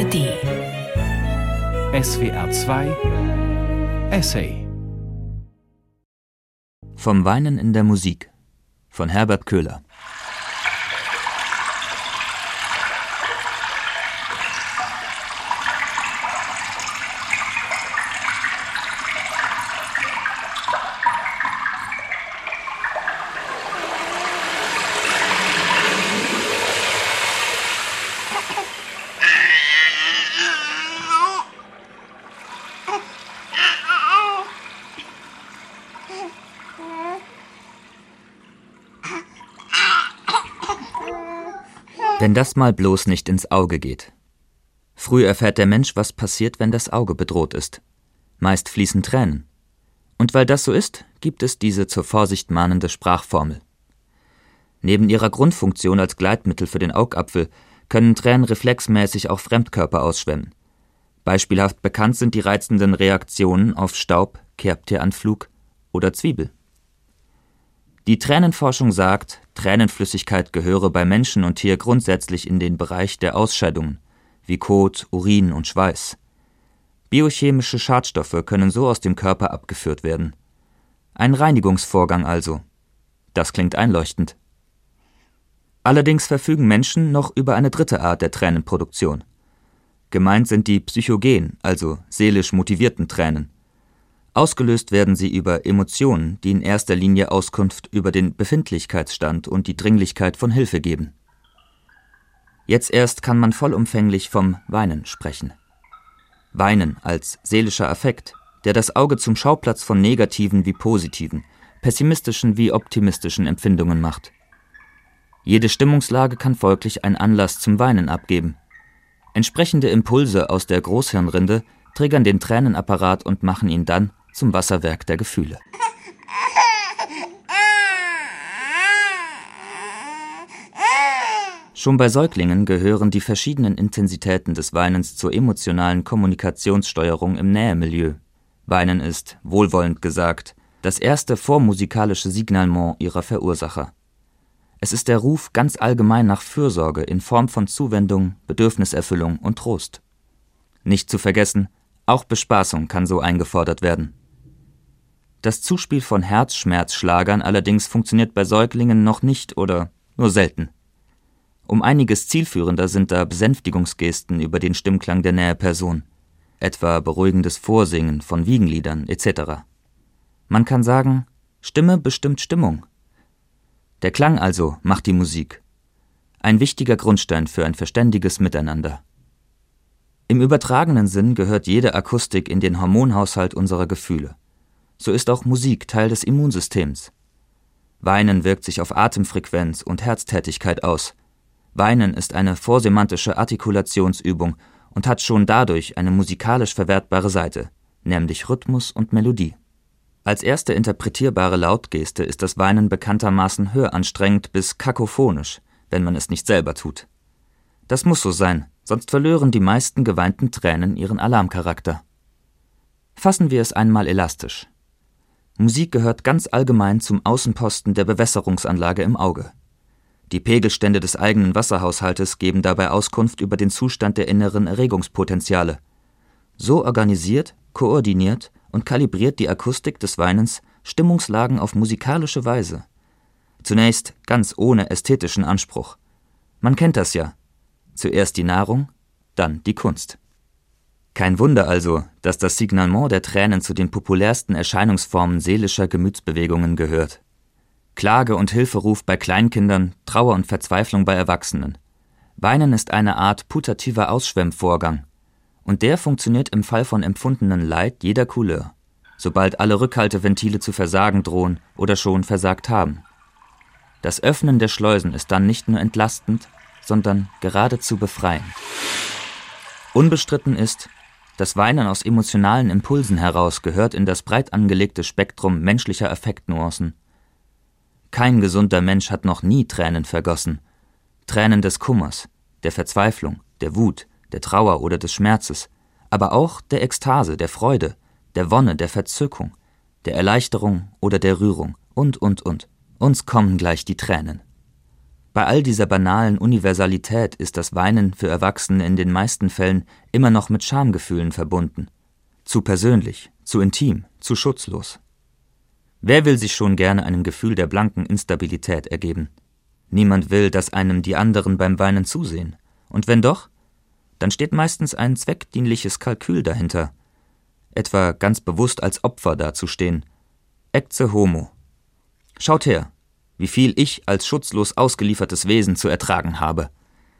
ARD SWR 2 Essay. Vom Weinen in der Musik von Herbert Köhler. Wenn das mal bloß nicht ins Auge geht. Früh erfährt der Mensch, was passiert, wenn das Auge bedroht ist. Meist fließen Tränen. Und weil das so ist, gibt es diese zur Vorsicht mahnende Sprachformel. Neben ihrer Grundfunktion als Gleitmittel für den Augapfel können Tränen reflexmäßig auch Fremdkörper ausschwemmen. Beispielhaft bekannt sind die reizenden Reaktionen auf Staub, Kerbtieranflug oder Zwiebel. Die Tränenforschung sagt, Tränenflüssigkeit gehöre bei Menschen und Tier grundsätzlich in den Bereich der Ausscheidungen, wie Kot, Urin und Schweiß. Biochemische Schadstoffe können so aus dem Körper abgeführt werden. Ein Reinigungsvorgang also. Das klingt einleuchtend. Allerdings verfügen Menschen noch über eine dritte Art der Tränenproduktion. Gemeint sind die psychogen, also seelisch motivierten Tränen. Ausgelöst werden sie über Emotionen, die in erster Linie Auskunft über den Befindlichkeitsstand und die Dringlichkeit von Hilfe geben. Jetzt erst kann man vollumfänglich vom Weinen sprechen. Weinen als seelischer Affekt, der das Auge zum Schauplatz von negativen wie positiven, pessimistischen wie optimistischen Empfindungen macht. Jede Stimmungslage kann folglich einen Anlass zum Weinen abgeben. Entsprechende Impulse aus der Großhirnrinde triggern den Tränenapparat und machen ihn dann zum Wasserwerk der Gefühle. Schon bei Säuglingen gehören die verschiedenen Intensitäten des Weinens zur emotionalen Kommunikationssteuerung im Nähemilieu. Weinen ist, wohlwollend gesagt, das erste vormusikalische Signalement ihrer Verursacher. Es ist der Ruf ganz allgemein nach Fürsorge in Form von Zuwendung, Bedürfniserfüllung und Trost. Nicht zu vergessen, auch Bespaßung kann so eingefordert werden. Das Zuspiel von Herzschmerzschlagern allerdings funktioniert bei Säuglingen noch nicht oder nur selten. Um einiges zielführender sind da Besänftigungsgesten über den Stimmklang der Näheperson, etwa beruhigendes Vorsingen von Wiegenliedern etc. Man kann sagen, Stimme bestimmt Stimmung. Der Klang also macht die Musik. Ein wichtiger Grundstein für ein verständiges Miteinander. Im übertragenen Sinn gehört jede Akustik in den Hormonhaushalt unserer Gefühle. So ist auch Musik Teil des Immunsystems. Weinen wirkt sich auf Atemfrequenz und Herztätigkeit aus. Weinen ist eine vorsemantische Artikulationsübung und hat schon dadurch eine musikalisch verwertbare Seite, nämlich Rhythmus und Melodie. Als erste interpretierbare Lautgeste ist das Weinen bekanntermaßen höranstrengend bis kakophonisch, wenn man es nicht selber tut. Das muss so sein, sonst verlören die meisten geweinten Tränen ihren Alarmcharakter. Fassen wir es einmal elastisch. Musik gehört ganz allgemein zum Außenposten der Bewässerungsanlage im Auge. Die Pegelstände des eigenen Wasserhaushaltes geben dabei Auskunft über den Zustand der inneren Erregungspotenziale. So organisiert, koordiniert und kalibriert die Akustik des Weinens Stimmungslagen auf musikalische Weise. Zunächst ganz ohne ästhetischen Anspruch. Man kennt das ja. Zuerst die Nahrung, dann die Kunst. Kein Wunder also, dass das Signalement der Tränen zu den populärsten Erscheinungsformen seelischer Gemütsbewegungen gehört. Klage und Hilferuf bei Kleinkindern, Trauer und Verzweiflung bei Erwachsenen. Weinen ist eine Art putativer Ausschwemmvorgang. Und der funktioniert im Fall von empfundenen Leid jeder Couleur, sobald alle Rückhalteventile zu versagen drohen oder schon versagt haben. Das Öffnen der Schleusen ist dann nicht nur entlastend, sondern geradezu befreiend. Unbestritten ist, das Weinen aus emotionalen Impulsen heraus gehört in das breit angelegte Spektrum menschlicher Affektnuancen. Kein gesunder Mensch hat noch nie Tränen vergossen. Tränen des Kummers, der Verzweiflung, der Wut, der Trauer oder des Schmerzes, aber auch der Ekstase, der Freude, der Wonne, der Verzückung, der Erleichterung oder der Rührung und. Uns kommen gleich die Tränen. Bei all dieser banalen Universalität ist das Weinen für Erwachsene in den meisten Fällen immer noch mit Schamgefühlen verbunden. Zu persönlich, zu intim, zu schutzlos. Wer will sich schon gerne einem Gefühl der blanken Instabilität ergeben? Niemand will, dass einem die anderen beim Weinen zusehen. Und wenn doch, dann steht meistens ein zweckdienliches Kalkül dahinter. Etwa ganz bewusst als Opfer dazustehen. Ecce homo. Schaut her, wie viel ich als schutzlos ausgeliefertes Wesen zu ertragen habe.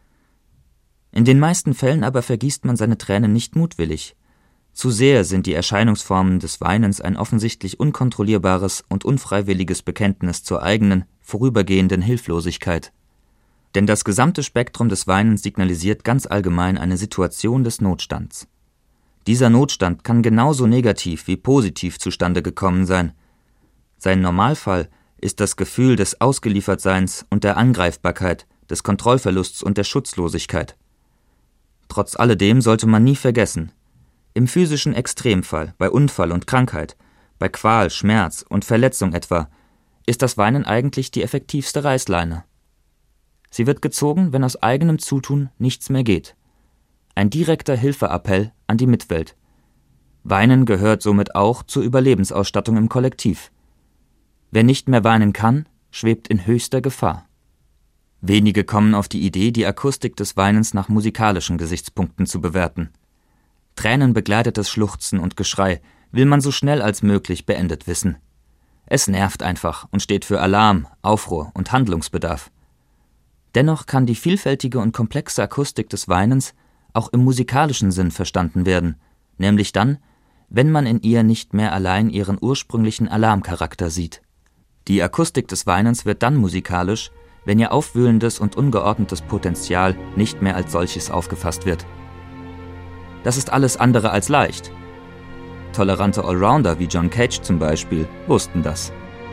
In den meisten Fällen aber vergießt man seine Tränen nicht mutwillig. Zu sehr sind die Erscheinungsformen des Weinens ein offensichtlich unkontrollierbares und unfreiwilliges Bekenntnis zur eigenen, vorübergehenden Hilflosigkeit. Denn das gesamte Spektrum des Weinens signalisiert ganz allgemein eine Situation des Notstands. Dieser Notstand kann genauso negativ wie positiv zustande gekommen sein. Sein Normalfall ist das Gefühl des Ausgeliefertseins und der Angreifbarkeit, des Kontrollverlusts und der Schutzlosigkeit. Trotz alledem sollte man nie vergessen: Im physischen Extremfall, bei Unfall und Krankheit, bei Qual, Schmerz und Verletzung etwa, ist das Weinen eigentlich die effektivste Reißleine. Sie wird gezogen, wenn aus eigenem Zutun nichts mehr geht. Ein direkter Hilfeappell an die Mitwelt. Weinen gehört somit auch zur Überlebensausstattung im Kollektiv. Wer nicht mehr weinen kann, schwebt in höchster Gefahr. Wenige kommen auf die Idee, die Akustik des Weinens nach musikalischen Gesichtspunkten zu bewerten. Tränenbegleitetes Schluchzen und Geschrei will man so schnell als möglich beendet wissen. Es nervt einfach und steht für Alarm, Aufruhr und Handlungsbedarf. Dennoch kann die vielfältige und komplexe Akustik des Weinens auch im musikalischen Sinn verstanden werden, nämlich dann, wenn man in ihr nicht mehr allein ihren ursprünglichen Alarmcharakter sieht. Die Akustik des Weinens wird dann musikalisch, wenn ihr aufwühlendes und ungeordnetes Potenzial nicht mehr als solches aufgefasst wird. Das ist alles andere als leicht. Tolerante Allrounder wie John Cage zum Beispiel wussten das.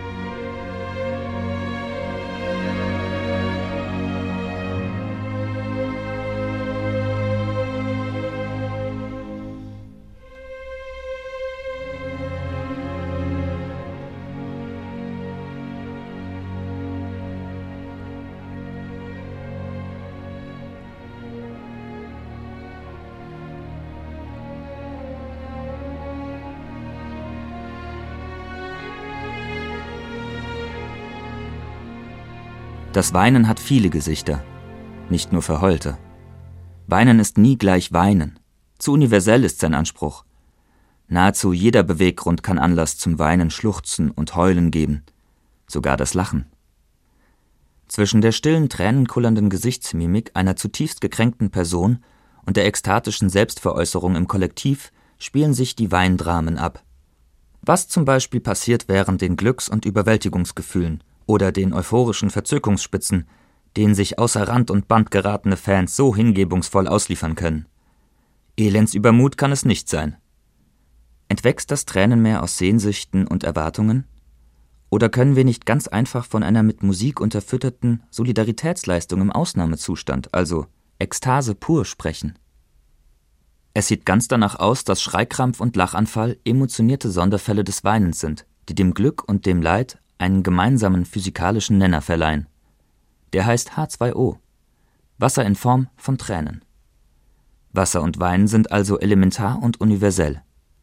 Das Weinen hat viele Gesichter, nicht nur verheulte. Weinen ist nie gleich Weinen. Zu universell ist sein Anspruch. Nahezu jeder Beweggrund kann Anlass zum Weinen, Schluchzen und Heulen geben, sogar das Lachen. Zwischen der stillen, tränenkullernden Gesichtsmimik einer zutiefst gekränkten Person und der ekstatischen Selbstveräußerung im Kollektiv spielen sich die Weindramen ab. Was zum Beispiel passiert während den Glücks- und Überwältigungsgefühlen oder den euphorischen Verzückungsspitzen, denen sich außer Rand und Band geratene Fans so hingebungsvoll ausliefern können? Elendsübermut kann es nicht sein. Entwächst das Tränenmeer aus Sehnsüchten und Erwartungen? Oder können wir nicht ganz einfach von einer mit Musik unterfütterten Solidaritätsleistung im Ausnahmezustand, also Ekstase pur, sprechen? Es sieht ganz danach aus, dass Schreikrampf und Lachanfall emotionierte Sonderfälle des Weinens sind, die dem Glück und dem Leid einen gemeinsamen physikalischen Nenner verleihen. Der heißt H2O, Wasser in Form von Tränen. Wasser und Wein sind also elementar und universell.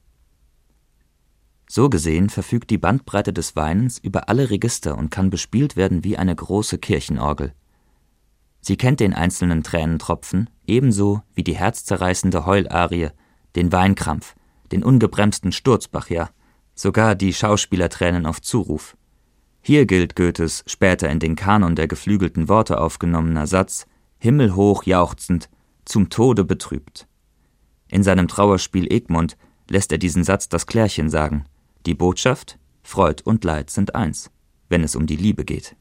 So gesehen verfügt die Bandbreite des Weinens über alle Register und kann bespielt werden wie eine große Kirchenorgel. Sie kennt den einzelnen Tränentropfen, ebenso wie die herzzerreißende Heularie, den Weinkrampf, den ungebremsten Sturzbach, ja, sogar die Schauspielertränen auf Zuruf. Hier gilt Goethes später in den Kanon der geflügelten Worte aufgenommener Satz, himmelhoch jauchzend, zum Tode betrübt. In seinem Trauerspiel Egmont lässt er diesen Satz das Klärchen sagen: Die Botschaft, Freud und Leid sind eins, wenn es um die Liebe geht.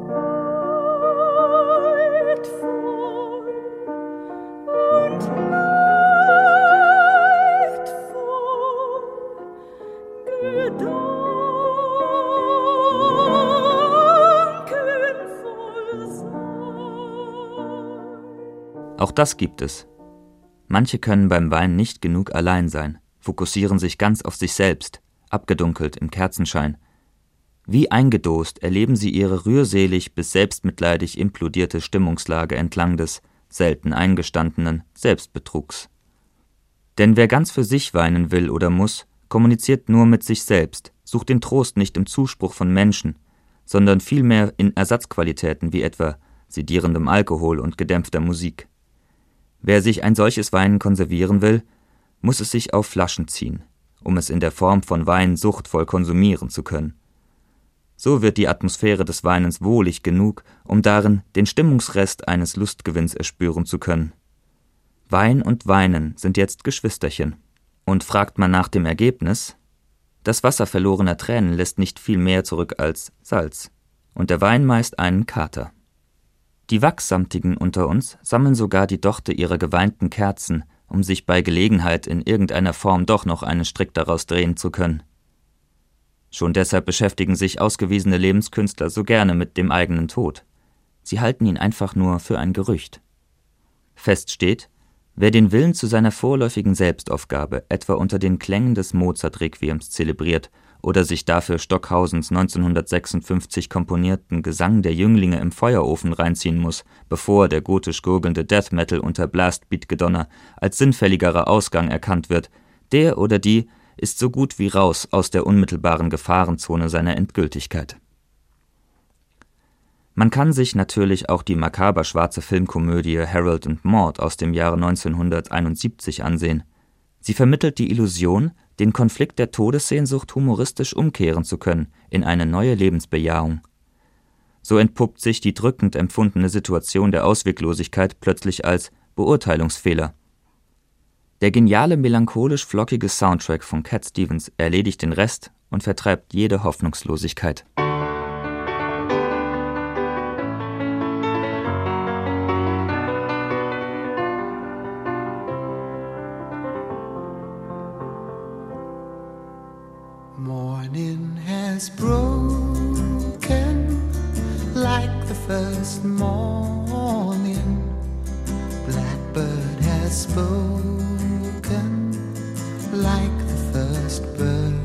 Auch das gibt es. Manche können beim Weinen nicht genug allein sein, fokussieren sich ganz auf sich selbst, abgedunkelt im Kerzenschein. Wie eingedost erleben sie ihre rührselig bis selbstmitleidig implodierte Stimmungslage entlang des, selten eingestandenen, Selbstbetrugs. Denn wer ganz für sich weinen will oder muss, kommuniziert nur mit sich selbst, sucht den Trost nicht im Zuspruch von Menschen, sondern vielmehr in Ersatzqualitäten wie etwa sedierendem Alkohol und gedämpfter Musik. Wer sich ein solches Weinen konservieren will, muss es sich auf Flaschen ziehen, um es in der Form von Wein suchtvoll konsumieren zu können. So wird die Atmosphäre des Weinens wohlig genug, um darin den Stimmungsrest eines Lustgewinns erspüren zu können. Wein und Weinen sind jetzt Geschwisterchen. Und fragt man nach dem Ergebnis, das Wasser verlorener Tränen lässt nicht viel mehr zurück als Salz, und der Wein meist einen Kater. Die Wachssamtigen unter uns sammeln sogar die Dochte ihrer geweinten Kerzen, um sich bei Gelegenheit in irgendeiner Form doch noch einen Strick daraus drehen zu können. Schon deshalb beschäftigen sich ausgewiesene Lebenskünstler so gerne mit dem eigenen Tod. Sie halten ihn einfach nur für ein Gerücht. Fest steht, wer den Willen zu seiner vorläufigen Selbstaufgabe etwa unter den Klängen des Mozart-Requiems zelebriert oder sich dafür Stockhausens 1956 komponierten Gesang der Jünglinge im Feuerofen reinziehen muss, bevor der gotisch gurgelnde Death Metal unter Blastbeat-Gedonner als sinnfälligerer Ausgang erkannt wird, der oder die ist so gut wie raus aus der unmittelbaren Gefahrenzone seiner Endgültigkeit. Man kann sich natürlich auch die makaber schwarze Filmkomödie Harold and Maude aus dem Jahre 1971 ansehen. Sie vermittelt die Illusion, den Konflikt der Todessehnsucht humoristisch umkehren zu können in eine neue Lebensbejahung. So entpuppt sich die drückend empfundene Situation der Ausweglosigkeit plötzlich als Beurteilungsfehler. Der geniale, melancholisch-flockige Soundtrack von Cat Stevens erledigt den Rest und vertreibt jede Hoffnungslosigkeit. Morning has broken like the first morning. Blackbird has spoken like the first bird.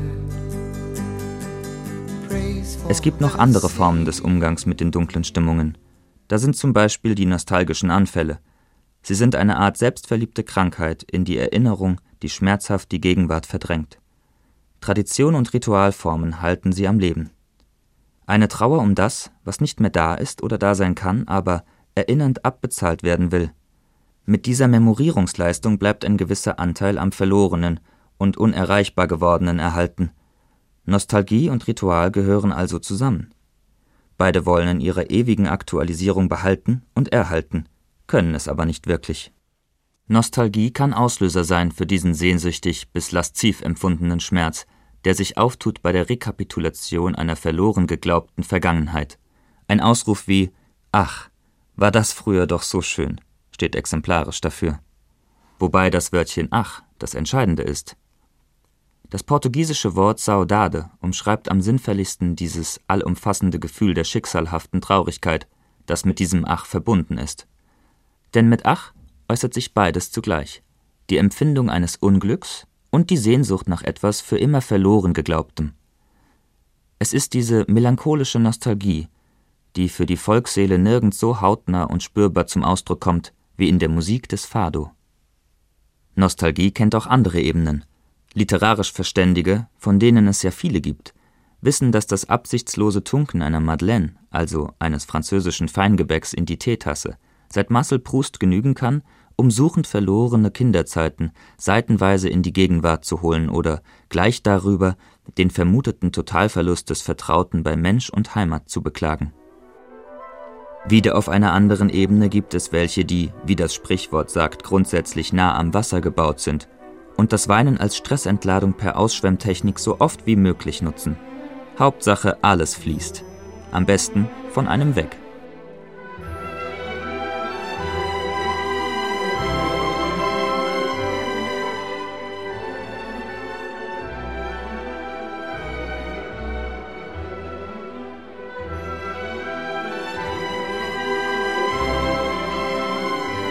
Es gibt noch andere Formen des Umgangs mit den dunklen Stimmungen. Da sind zum Beispiel die nostalgischen Anfälle. Sie sind eine Art selbstverliebte Krankheit, in die Erinnerung, die schmerzhaft die Gegenwart verdrängt. Tradition und Ritualformen halten sie am Leben. Eine Trauer um das, was nicht mehr da ist oder da sein kann, aber erinnernd abbezahlt werden will. Mit dieser Memorierungsleistung bleibt ein gewisser Anteil am Verlorenen und unerreichbar Gewordenen erhalten. Nostalgie und Ritual gehören also zusammen. Beide wollen in ihrer ewigen Aktualisierung behalten und erhalten, können es aber nicht wirklich. Nostalgie kann Auslöser sein für diesen sehnsüchtig bis lasziv empfundenen Schmerz, der sich auftut bei der Rekapitulation einer verloren geglaubten Vergangenheit. Ein Ausruf wie »Ach, war das früher doch so schön« steht exemplarisch dafür. Wobei das Wörtchen »Ach« das Entscheidende ist. Das portugiesische Wort Saudade umschreibt am sinnfälligsten dieses allumfassende Gefühl der schicksalhaften Traurigkeit, das mit diesem Ach verbunden ist. Denn mit Ach äußert sich beides zugleich, die Empfindung eines Unglücks und die Sehnsucht nach etwas für immer verloren Geglaubtem. Es ist diese melancholische Nostalgie, die für die Volksseele nirgends so hautnah und spürbar zum Ausdruck kommt wie in der Musik des Fado. Nostalgie kennt auch andere Ebenen. Literarisch Verständige, von denen es ja viele gibt, wissen, dass das absichtslose Tunken einer Madeleine, also eines französischen Feingebäcks in die Teetasse, seit Marcel Proust genügen kann, um suchend verlorene Kinderzeiten seitenweise in die Gegenwart zu holen oder gleich darüber den vermuteten Totalverlust des Vertrauten bei Mensch und Heimat zu beklagen. Wieder auf einer anderen Ebene gibt es welche, die, wie das Sprichwort sagt, grundsätzlich nah am Wasser gebaut sind und das Weinen als Stressentladung per Ausschwemmtechnik so oft wie möglich nutzen. Hauptsache, alles fließt. Am besten von einem weg.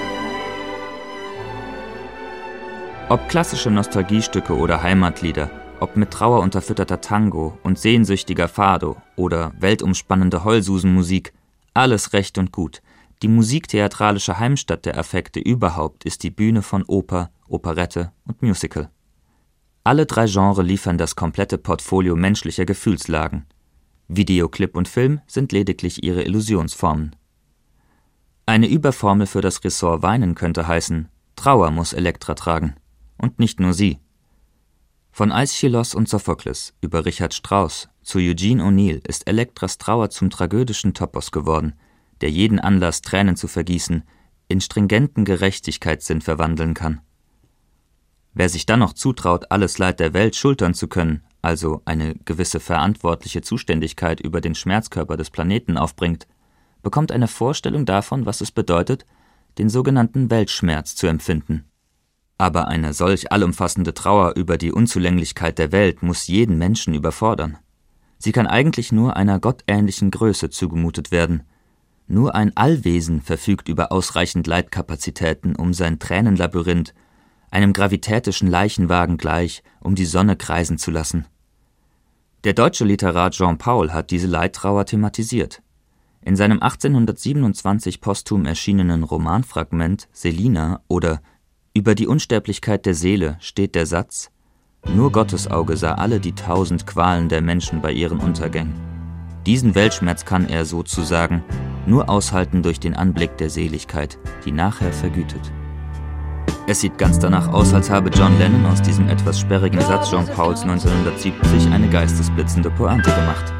Ob klassische Nostalgiestücke oder Heimatlieder, Ob mit Trauer unterfütterter Tango und sehnsüchtiger Fado oder weltumspannende Heulsusenmusik, alles recht und gut. Die musiktheatralische Heimstatt der Affekte überhaupt ist die Bühne von Oper, Operette und Musical. Alle 3 Genres liefern das komplette Portfolio menschlicher Gefühlslagen. Video, Clip und Film sind lediglich ihre Illusionsformen. Eine Überformel für das Ressort Weinen könnte heißen: Trauer muss Elektra tragen. Und nicht nur sie. Von Aeschylus und Sophokles über Richard Strauss zu Eugene O'Neill ist Elektras Trauer zum tragödischen Topos geworden, der jeden Anlass, Tränen zu vergießen, in stringenten Gerechtigkeitssinn verwandeln kann. Wer sich dann noch zutraut, alles Leid der Welt schultern zu können, also eine gewisse verantwortliche Zuständigkeit über den Schmerzkörper des Planeten aufbringt, bekommt eine Vorstellung davon, was es bedeutet, den sogenannten Weltschmerz zu empfinden. Aber eine solch allumfassende Trauer über die Unzulänglichkeit der Welt muss jeden Menschen überfordern. Sie kann eigentlich nur einer gottähnlichen Größe zugemutet werden. Nur ein Allwesen verfügt über ausreichend Leitkapazitäten, um sein Tränenlabyrinth, einem gravitätischen Leichenwagen gleich, um die Sonne kreisen zu lassen. Der deutsche Literat Jean Paul hat diese Leidtrauer thematisiert. In seinem 1827 posthum erschienenen Romanfragment Selina oder Über die Unsterblichkeit der Seele steht der Satz: Nur Gottes Auge sah alle die 1000 Qualen der Menschen bei ihren Untergängen. Diesen Weltschmerz kann er sozusagen nur aushalten durch den Anblick der Seligkeit, die nachher vergütet. Es sieht ganz danach aus, als habe John Lennon aus diesem etwas sperrigen Satz Jean Pauls 1970 eine geistesblitzende Pointe gemacht.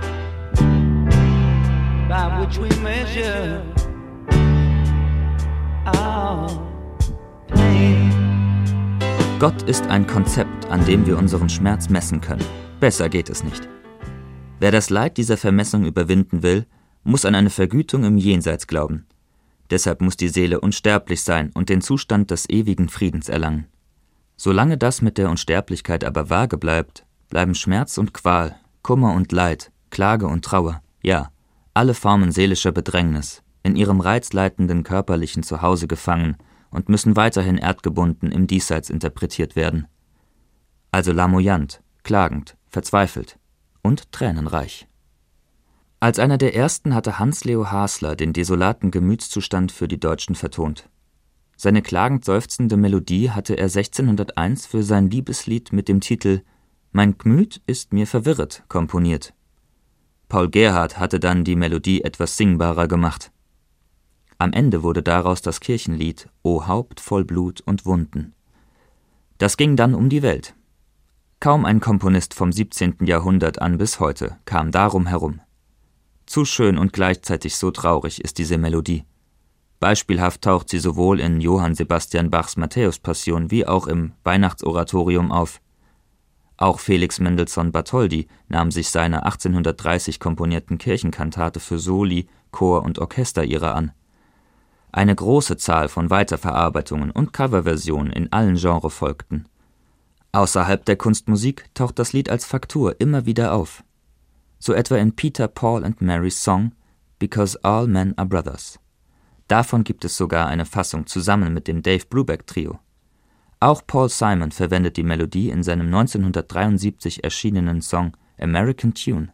By which we measure our pain. Gott ist ein Konzept, an dem wir unseren Schmerz messen können. Besser geht es nicht. Wer das Leid dieser Vermessung überwinden will, muss an eine Vergütung im Jenseits glauben. Deshalb muss die Seele unsterblich sein und den Zustand des ewigen Friedens erlangen. Solange das mit der Unsterblichkeit aber vage bleibt, bleiben Schmerz und Qual, Kummer und Leid, Klage und Trauer, ja, alle Formen seelischer Bedrängnis, in ihrem reizleitenden körperlichen Zuhause gefangen und müssen weiterhin erdgebunden im Diesseits interpretiert werden. Also lamoyant, klagend, verzweifelt und tränenreich. Als einer der ersten hatte Hans-Leo Hasler den desolaten Gemütszustand für die Deutschen vertont. Seine klagend seufzende Melodie hatte er 1601 für sein Liebeslied mit dem Titel »Mein Gmüt ist mir verwirret« komponiert. Paul Gerhardt hatte dann die Melodie etwas singbarer gemacht. Am Ende wurde daraus das Kirchenlied »O Haupt voll Blut und Wunden«. Das ging dann um die Welt. Kaum ein Komponist vom 17. Jahrhundert an bis heute kam darum herum. Zu schön und gleichzeitig so traurig ist diese Melodie. Beispielhaft taucht sie sowohl in Johann Sebastian Bachs Matthäus-Passion wie auch im Weihnachtsoratorium auf. Auch Felix Mendelssohn Bartholdy nahm sich seiner 1830 komponierten Kirchenkantate für Soli, Chor und Orchester ihrer an. Eine große Zahl von Weiterverarbeitungen und Coverversionen in allen Genres folgten. Außerhalb der Kunstmusik taucht das Lied als Faktur immer wieder auf. So etwa in Peter, Paul and Mary's Song »Because All Men Are Brothers«. Davon gibt es sogar eine Fassung zusammen mit dem Dave Brubeck Trio. Auch Paul Simon verwendet die Melodie in seinem 1973 erschienenen Song »American Tune«.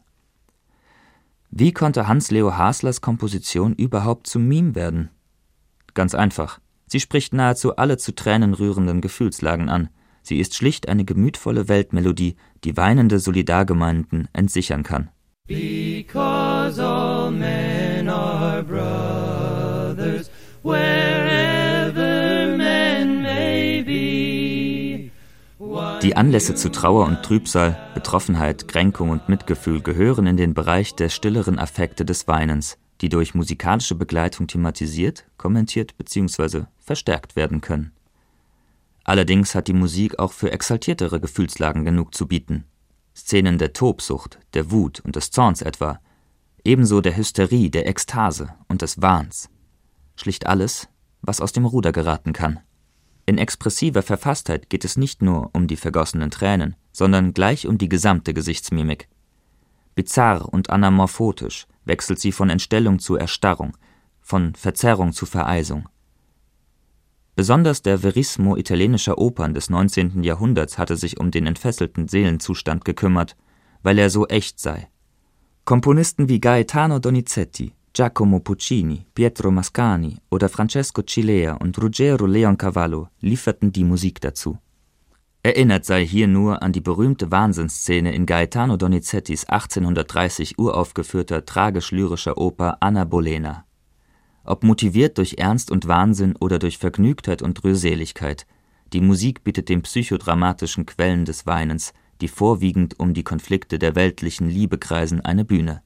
Wie konnte Hans-Leo Haslers Komposition überhaupt zum Meme werden? Ganz einfach. Sie spricht nahezu alle zu Tränen rührenden Gefühlslagen an. Sie ist schlicht eine gemütvolle Weltmelodie, die weinende Solidargemeinden entsichern kann. Because all men are brothers, wherever men may be. Die Anlässe zu Trauer und Trübsal, Betroffenheit, Kränkung und Mitgefühl gehören in den Bereich der stilleren Affekte des Weinens, die durch musikalische Begleitung thematisiert, kommentiert bzw. verstärkt werden können. Allerdings hat die Musik auch für exaltiertere Gefühlslagen genug zu bieten. Szenen der Tobsucht, der Wut und des Zorns etwa, ebenso der Hysterie, der Ekstase und des Wahns. Schlicht alles, was aus dem Ruder geraten kann. In expressiver Verfasstheit geht es nicht nur um die vergossenen Tränen, sondern gleich um die gesamte Gesichtsmimik. Bizarr und anamorphotisch wechselt sie von Entstellung zu Erstarrung, von Verzerrung zu Vereisung. Besonders der Verismo italienischer Opern des 19. Jahrhunderts hatte sich um den entfesselten Seelenzustand gekümmert, weil er so echt sei. Komponisten wie Gaetano Donizetti, Giacomo Puccini, Pietro Mascagni oder Francesco Cilea und Ruggero Leoncavallo lieferten die Musik dazu. Erinnert sei hier nur an die berühmte Wahnsinnsszene in Gaetano Donizettis 1830 uraufgeführter tragisch-lyrischer Oper Anna Bolena. Ob motiviert durch Ernst und Wahnsinn oder durch Vergnügtheit und Rührseligkeit, die Musik bietet den psychodramatischen Quellen des Weinens, die vorwiegend um die Konflikte der weltlichen Liebe kreisen, eine Bühne.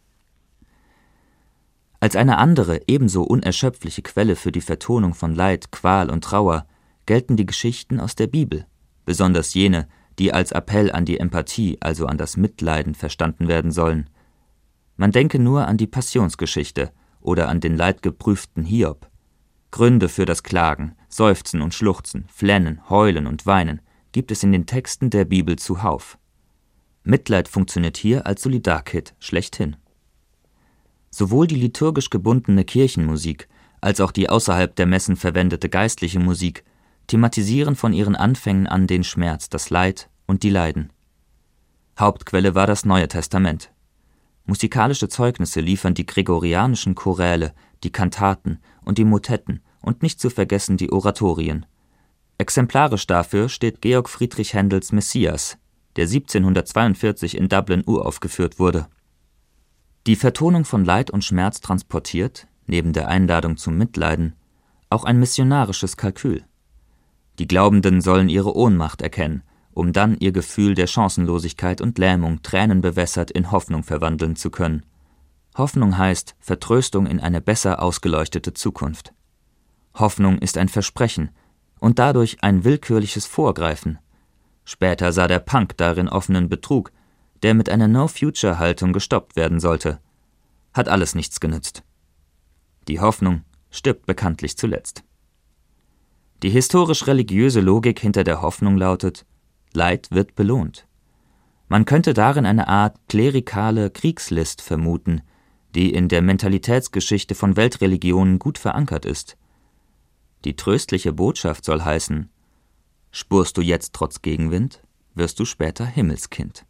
Als eine andere, ebenso unerschöpfliche Quelle für die Vertonung von Leid, Qual und Trauer gelten die Geschichten aus der Bibel, besonders jene, die als Appell an die Empathie, also an das Mitleiden, verstanden werden sollen. Man denke nur an die Passionsgeschichte oder an den leidgeprüften Hiob. Gründe für das Klagen, Seufzen und Schluchzen, Flennen, Heulen und Weinen gibt es in den Texten der Bibel zuhauf. Mitleid funktioniert hier als Solidarkit schlechthin. Sowohl die liturgisch gebundene Kirchenmusik als auch die außerhalb der Messen verwendete geistliche Musik thematisieren von ihren Anfängen an den Schmerz, das Leid und die Leiden. Hauptquelle war das Neue Testament. Musikalische Zeugnisse liefern die gregorianischen Choräle, die Kantaten und die Motetten und nicht zu vergessen die Oratorien. Exemplarisch dafür steht Georg Friedrich Händels Messias, der 1742 in Dublin uraufgeführt wurde. Die Vertonung von Leid und Schmerz transportiert, neben der Einladung zum Mitleiden, auch ein missionarisches Kalkül. Die Glaubenden sollen ihre Ohnmacht erkennen, um dann ihr Gefühl der Chancenlosigkeit und Lähmung tränenbewässert in Hoffnung verwandeln zu können. Hoffnung heißt Vertröstung in eine besser ausgeleuchtete Zukunft. Hoffnung ist ein Versprechen und dadurch ein willkürliches Vorgreifen. Später sah der Punk darin offenen Betrug, der mit einer No-Future-Haltung gestoppt werden sollte. Hat alles nichts genützt. Die Hoffnung stirbt bekanntlich zuletzt. Die historisch-religiöse Logik hinter der Hoffnung lautet: Leid wird belohnt. Man könnte darin eine Art klerikale Kriegslist vermuten, die in der Mentalitätsgeschichte von Weltreligionen gut verankert ist. Die tröstliche Botschaft soll heißen: Spurst du jetzt trotz Gegenwind, wirst du später Himmelskind.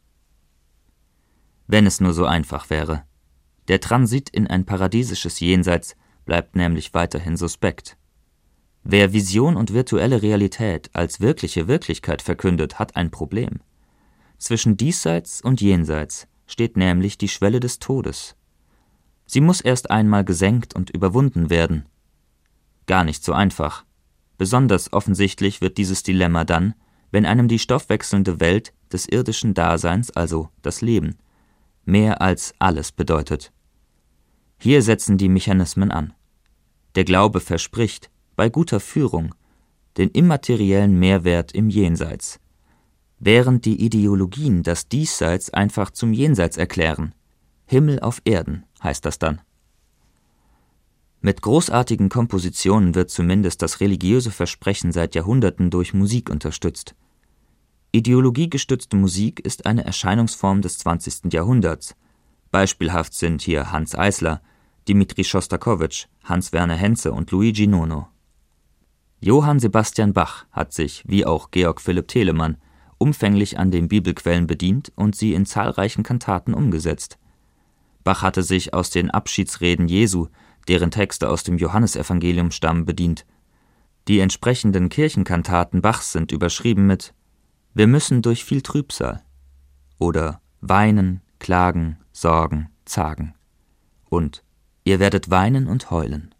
Wenn es nur so einfach wäre. Der Transit in ein paradiesisches Jenseits bleibt nämlich weiterhin suspekt. Wer Vision und virtuelle Realität als wirkliche Wirklichkeit verkündet, hat ein Problem. Zwischen Diesseits und Jenseits steht nämlich die Schwelle des Todes. Sie muss erst einmal gesenkt und überwunden werden. Gar nicht so einfach. Besonders offensichtlich wird dieses Dilemma dann, wenn einem die stoffwechselnde Welt des irdischen Daseins, also das Leben, mehr als alles bedeutet. Hier setzen die Mechanismen an. Der Glaube verspricht, bei guter Führung, den immateriellen Mehrwert im Jenseits, während die Ideologien das Diesseits einfach zum Jenseits erklären. Himmel auf Erden heißt das dann. Mit großartigen Kompositionen wird zumindest das religiöse Versprechen seit Jahrhunderten durch Musik unterstützt. Ideologiegestützte Musik ist eine Erscheinungsform des 20. Jahrhunderts. Beispielhaft sind hier Hanns Eisler, Dmitri Schostakowitsch, Hans-Werner Henze und Luigi Nono. Johann Sebastian Bach hat sich, wie auch Georg Philipp Telemann, umfänglich an den Bibelquellen bedient und sie in zahlreichen Kantaten umgesetzt. Bach hatte sich aus den Abschiedsreden Jesu, deren Texte aus dem Johannesevangelium stammen, bedient. Die entsprechenden Kirchenkantaten Bachs sind überschrieben mit »Wir müssen durch viel Trübsal« oder »Weinen, Klagen, Sorgen, Zagen« und »Ihr werdet weinen und heulen«.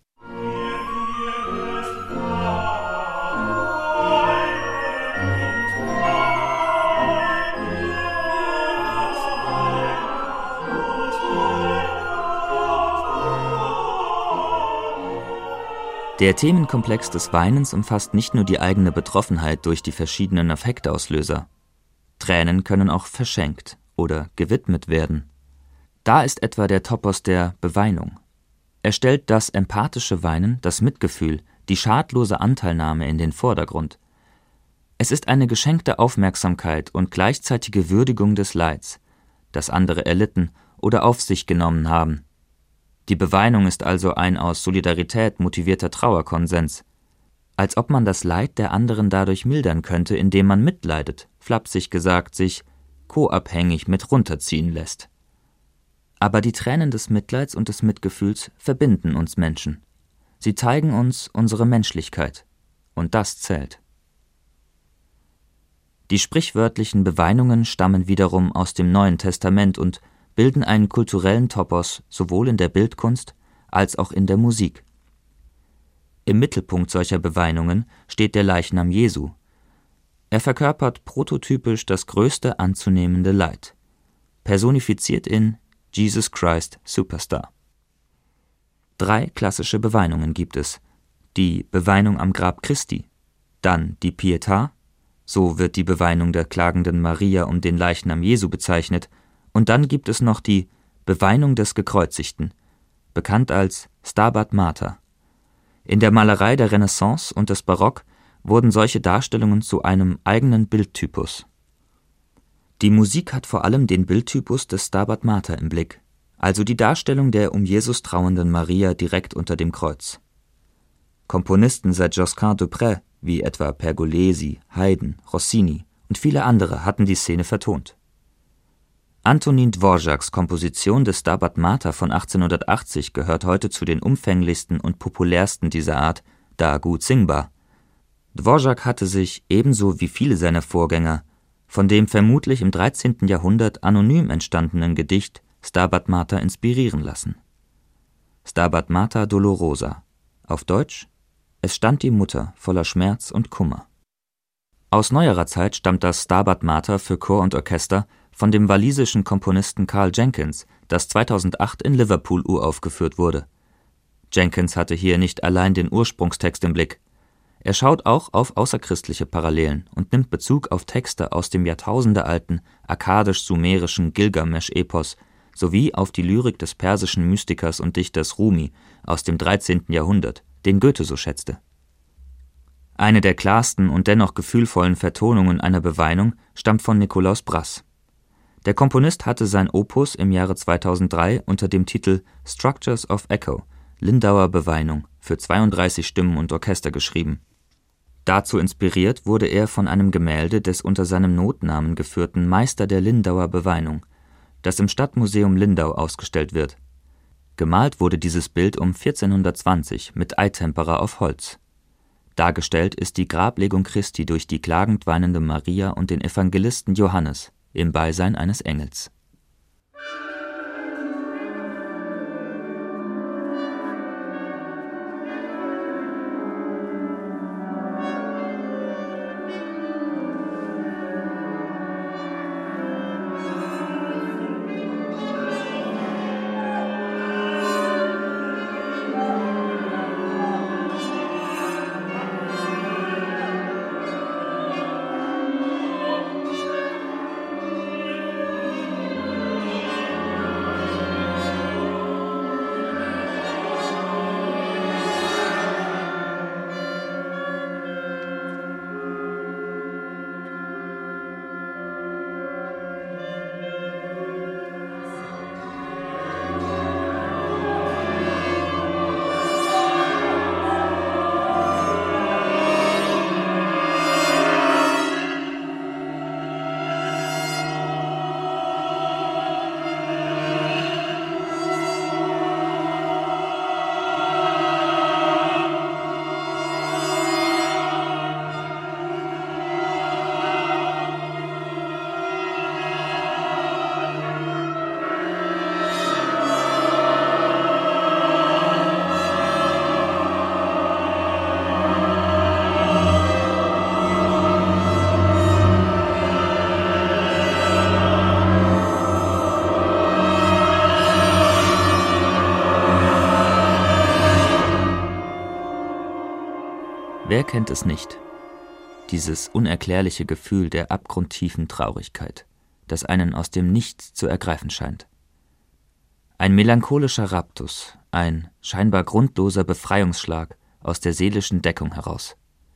Der Themenkomplex des Weinens umfasst nicht nur die eigene Betroffenheit durch die verschiedenen Affektauslöser. Tränen können auch verschenkt oder gewidmet werden. Da ist etwa der Topos der Beweinung. Er stellt das empathische Weinen, das Mitgefühl, die schadlose Anteilnahme in den Vordergrund. Es ist eine geschenkte Aufmerksamkeit und gleichzeitige Würdigung des Leids, das andere erlitten oder auf sich genommen haben. Die Beweinung ist also ein aus Solidarität motivierter Trauerkonsens. Als ob man das Leid der anderen dadurch mildern könnte, indem man mitleidet, flapsig gesagt sich co-abhängig mit runterziehen lässt. Aber die Tränen des Mitleids und des Mitgefühls verbinden uns Menschen. Sie zeigen uns unsere Menschlichkeit. Und das zählt. Die sprichwörtlichen Beweinungen stammen wiederum aus dem Neuen Testament und bilden einen kulturellen Topos sowohl in der Bildkunst als auch in der Musik. Im Mittelpunkt solcher Beweinungen steht der Leichnam Jesu. Er verkörpert prototypisch das größte anzunehmende Leid, personifiziert in Jesus Christ Superstar. 3 klassische Beweinungen gibt es: die Beweinung am Grab Christi, dann die Pietà, so wird die Beweinung der klagenden Maria um den Leichnam Jesu bezeichnet, und dann gibt es noch die Beweinung des Gekreuzigten, bekannt als Stabat Mater. In der Malerei der Renaissance und des Barock wurden solche Darstellungen zu einem eigenen Bildtypus. Die Musik hat vor allem den Bildtypus des Stabat Mater im Blick, also die Darstellung der um Jesus trauernden Maria direkt unter dem Kreuz. Komponisten seit Josquin de Près, wie etwa Pergolesi, Haydn, Rossini und viele andere hatten die Szene vertont. Antonin Dvořáks Komposition des Stabat Mater von 1880 gehört heute zu den umfänglichsten und populärsten dieser Art, da gut singbar. Dvořák hatte sich, ebenso wie viele seiner Vorgänger, von dem vermutlich im 13. Jahrhundert anonym entstandenen Gedicht Stabat Mater inspirieren lassen. Stabat Mater Dolorosa, auf Deutsch: Es stand die Mutter voller Schmerz und Kummer. Aus neuerer Zeit stammt das Stabat Mater für Chor und Orchester von dem walisischen Komponisten Karl Jenkins, das 2008 in Liverpool uraufgeführt wurde. Jenkins hatte hier nicht allein den Ursprungstext im Blick. Er schaut auch auf außerchristliche Parallelen und nimmt Bezug auf Texte aus dem jahrtausendealten akkadisch-sumerischen Gilgamesch-Epos sowie auf die Lyrik des persischen Mystikers und Dichters Rumi aus dem 13. Jahrhundert, den Goethe so schätzte. Eine der klarsten und dennoch gefühlvollen Vertonungen einer Beweinung stammt von Nikolaus Brass. Der Komponist hatte sein Opus im Jahre 2003 unter dem Titel Structures of Echo – Lindauer Beweinung für 32 Stimmen und Orchester geschrieben. Dazu inspiriert wurde er von einem Gemälde des unter seinem Notnamen geführten Meister der Lindauer Beweinung, das im Stadtmuseum Lindau ausgestellt wird. Gemalt wurde dieses Bild um 1420 mit Eitempera auf Holz. Dargestellt ist die Grablegung Christi durch die klagend weinende Maria und den Evangelisten Johannes im Beisein eines Engels. Wer kennt es nicht? Dieses unerklärliche Gefühl der abgrundtiefen Traurigkeit, das einen aus dem Nichts zu ergreifen scheint. Ein melancholischer Raptus, ein scheinbar grundloser Befreiungsschlag aus der seelischen Deckung heraus.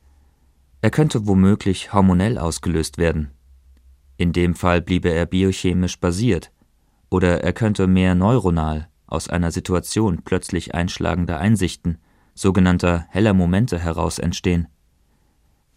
Er könnte womöglich hormonell ausgelöst werden. In dem Fall bliebe er biochemisch basiert, oder er könnte mehr neuronal aus einer Situation plötzlich einschlagender Einsichten, sogenannter heller Momente heraus entstehen.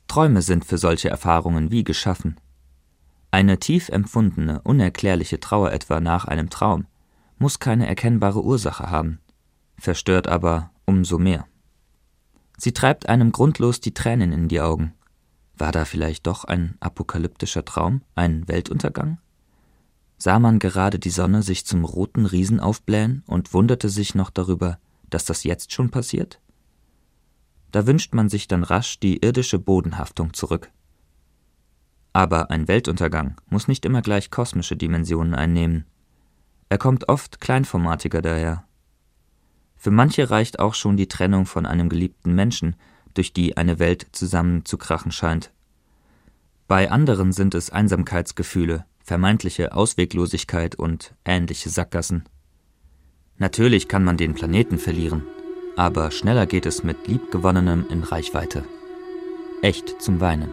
Träume sind für solche Erfahrungen wie geschaffen. Eine tief empfundene, unerklärliche Trauer etwa nach einem Traum muss keine erkennbare Ursache haben, verstört aber umso mehr. Sie treibt einem grundlos die Tränen in die Augen. War da vielleicht doch ein apokalyptischer Traum, ein Weltuntergang? Sah man gerade die Sonne sich zum roten Riesen aufblähen und wunderte sich noch darüber, dass das jetzt schon passiert? Da wünscht man sich dann rasch die irdische Bodenhaftung zurück. Aber ein Weltuntergang muss nicht immer gleich kosmische Dimensionen einnehmen. Er kommt oft kleinformatiger daher. Für manche reicht auch schon die Trennung von einem geliebten Menschen, durch die eine Welt zusammenzukrachen scheint. Bei anderen sind es Einsamkeitsgefühle, vermeintliche Ausweglosigkeit und ähnliche Sackgassen. Natürlich kann man den Planeten verlieren, aber schneller geht es mit Liebgewonnenem in Reichweite. Echt zum Weinen.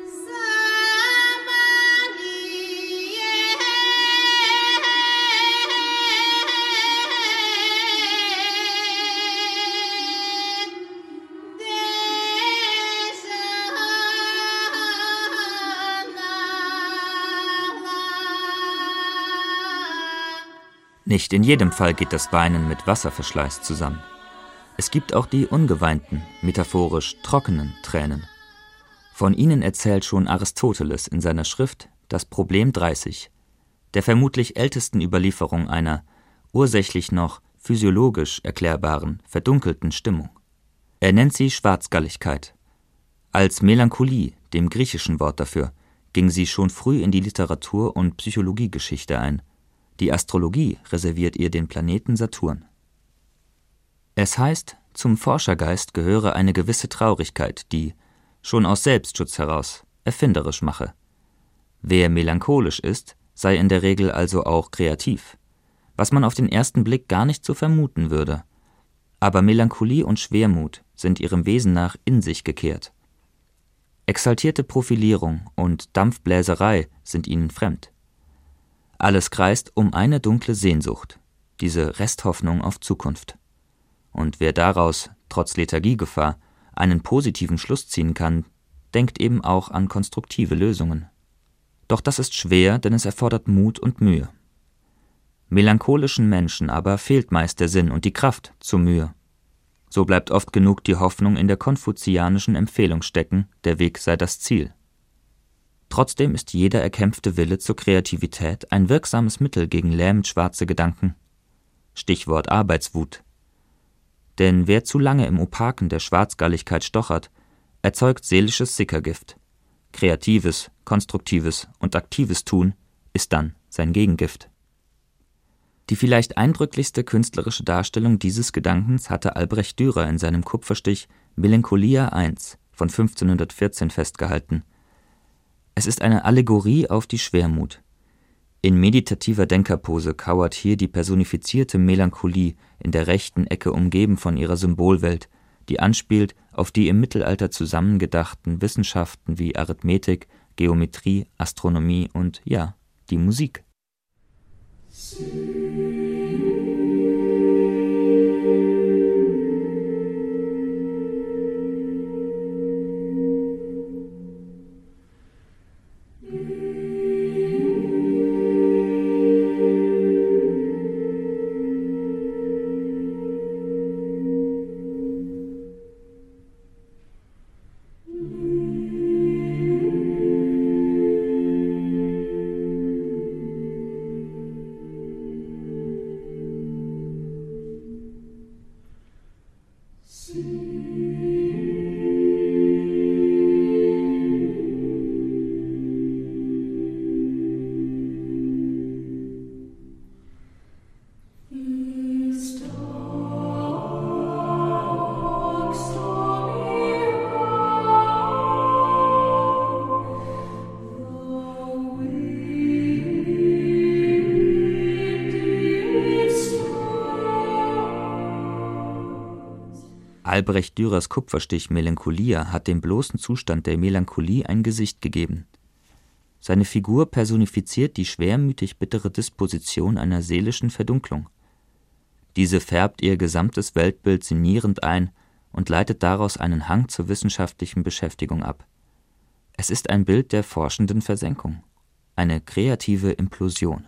Nicht in jedem Fall geht das Weinen mit Wasserverschleiß zusammen. Es gibt auch die ungeweinten, metaphorisch trockenen Tränen. Von ihnen erzählt schon Aristoteles in seiner Schrift Das Problem 30, der vermutlich ältesten Überlieferung einer ursächlich noch physiologisch erklärbaren, verdunkelten Stimmung. Er nennt sie Schwarzgalligkeit. Als Melancholie, dem griechischen Wort dafür, ging sie schon früh in die Literatur- und Psychologiegeschichte ein. Die Astrologie reserviert ihr den Planeten Saturn. Es heißt, zum Forschergeist gehöre eine gewisse Traurigkeit, die, schon aus Selbstschutz heraus, erfinderisch mache. Wer melancholisch ist, sei in der Regel also auch kreativ, was man auf den ersten Blick gar nicht so vermuten würde. Aber Melancholie und Schwermut sind ihrem Wesen nach in sich gekehrt. Exaltierte Profilierung und Dampfbläserei sind ihnen fremd. Alles kreist um eine dunkle Sehnsucht, diese Resthoffnung auf Zukunft. Und wer daraus, trotz Lethargiegefahr, einen positiven Schluss ziehen kann, denkt eben auch an konstruktive Lösungen. Doch das ist schwer, denn es erfordert Mut und Mühe. Melancholischen Menschen aber fehlt meist der Sinn und die Kraft zur Mühe. So bleibt oft genug die Hoffnung in der konfuzianischen Empfehlung stecken, der Weg sei das Ziel. Trotzdem ist jeder erkämpfte Wille zur Kreativität ein wirksames Mittel gegen lähmend schwarze Gedanken. Stichwort Arbeitswut. Denn wer zu lange im Opaken der Schwarzgalligkeit stochert, erzeugt seelisches Sickergift. Kreatives, konstruktives und aktives Tun ist dann sein Gegengift. Die vielleicht eindrücklichste künstlerische Darstellung dieses Gedankens hatte Albrecht Dürer in seinem Kupferstich Melancholia I von 1514 festgehalten. Es ist eine Allegorie auf die Schwermut. In meditativer Denkerpose kauert hier die personifizierte Melancholie in der rechten Ecke umgeben von ihrer Symbolwelt, die anspielt auf die im Mittelalter zusammengedachten Wissenschaften wie Arithmetik, Geometrie, Astronomie und, ja, die Musik. Albrecht Dürers Kupferstich Melancholia hat dem bloßen Zustand der Melancholie ein Gesicht gegeben. Seine Figur personifiziert die schwermütig bittere Disposition einer seelischen Verdunklung. Diese färbt ihr gesamtes Weltbild sinnierend ein und leitet daraus einen Hang zur wissenschaftlichen Beschäftigung ab. Es ist ein Bild der forschenden Versenkung, eine kreative Implosion.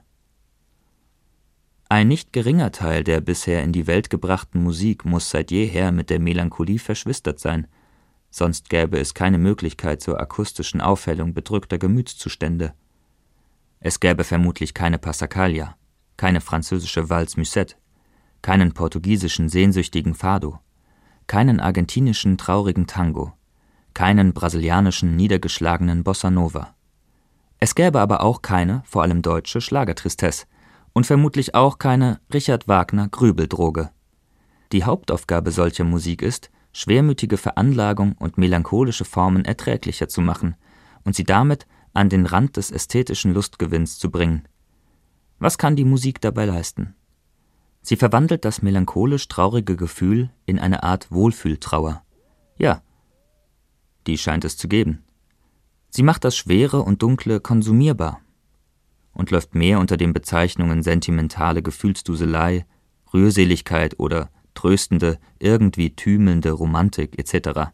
Ein nicht geringer Teil der bisher in die Welt gebrachten Musik muss seit jeher mit der Melancholie verschwistert sein, sonst gäbe es keine Möglichkeit zur akustischen Aufhellung bedrückter Gemütszustände. Es gäbe vermutlich keine Passacaglia, keine französische Valse Musette, keinen portugiesischen sehnsüchtigen Fado, keinen argentinischen traurigen Tango, keinen brasilianischen niedergeschlagenen Bossa Nova. Es gäbe aber auch keine, vor allem deutsche, Schlagertristesse und vermutlich auch keine Richard Wagner Grübeldroge. Die Hauptaufgabe solcher Musik ist, schwermütige Veranlagung und melancholische Formen erträglicher zu machen und sie damit an den Rand des ästhetischen Lustgewinns zu bringen. Was kann die Musik dabei leisten? Sie verwandelt das melancholisch traurige Gefühl in eine Art Wohlfühltrauer. Ja, die scheint es zu geben. Sie macht das Schwere und Dunkle konsumierbar und läuft mehr unter den Bezeichnungen sentimentale Gefühlsduselei, Rührseligkeit oder tröstende, irgendwie tümelnde Romantik etc.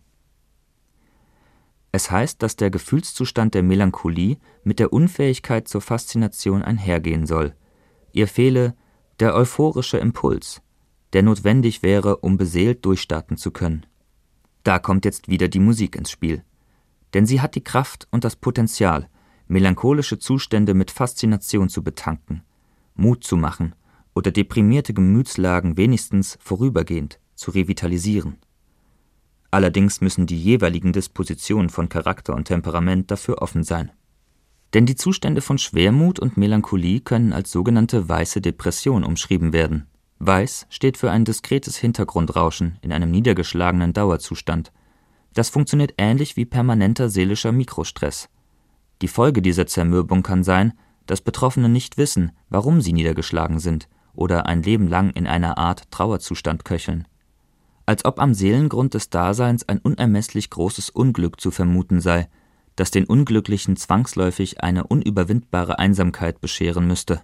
Es heißt, dass der Gefühlszustand der Melancholie mit der Unfähigkeit zur Faszination einhergehen soll. Ihr fehle der euphorische Impuls, der notwendig wäre, um beseelt durchstarten zu können. Da kommt jetzt wieder die Musik ins Spiel. Denn sie hat die Kraft und das Potenzial, melancholische Zustände mit Faszination zu betanken, Mut zu machen oder deprimierte Gemütslagen wenigstens vorübergehend zu revitalisieren. Allerdings müssen die jeweiligen Dispositionen von Charakter und Temperament dafür offen sein. Denn die Zustände von Schwermut und Melancholie können als sogenannte weiße Depression umschrieben werden. Weiß steht für ein diskretes Hintergrundrauschen in einem niedergeschlagenen Dauerzustand. Das funktioniert ähnlich wie permanenter seelischer Mikrostress. Die Folge dieser Zermürbung kann sein, dass Betroffene nicht wissen, warum sie niedergeschlagen sind oder ein Leben lang in einer Art Trauerzustand köcheln. Als ob am Seelengrund des Daseins ein unermesslich großes Unglück zu vermuten sei, das den Unglücklichen zwangsläufig eine unüberwindbare Einsamkeit bescheren müsste.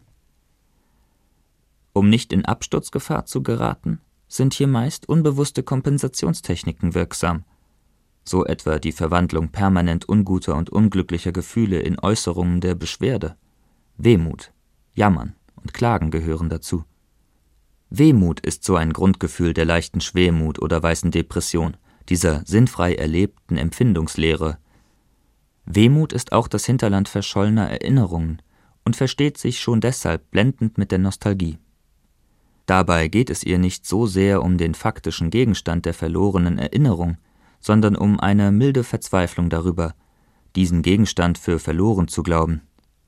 Um nicht in Absturzgefahr zu geraten, sind hier meist unbewusste Kompensationstechniken wirksam, so etwa die Verwandlung permanent unguter und unglücklicher Gefühle in Äußerungen der Beschwerde. Wehmut, Jammern und Klagen gehören dazu. Wehmut ist so ein Grundgefühl der leichten Schwermut oder weißen Depression, dieser sinnfrei erlebten Empfindungslehre. Wehmut ist auch das Hinterland verschollener Erinnerungen und versteht sich schon deshalb blendend mit der Nostalgie. Dabei geht es ihr nicht so sehr um den faktischen Gegenstand der verlorenen Erinnerung, sondern um eine milde Verzweiflung darüber, diesen Gegenstand für verloren zu glauben.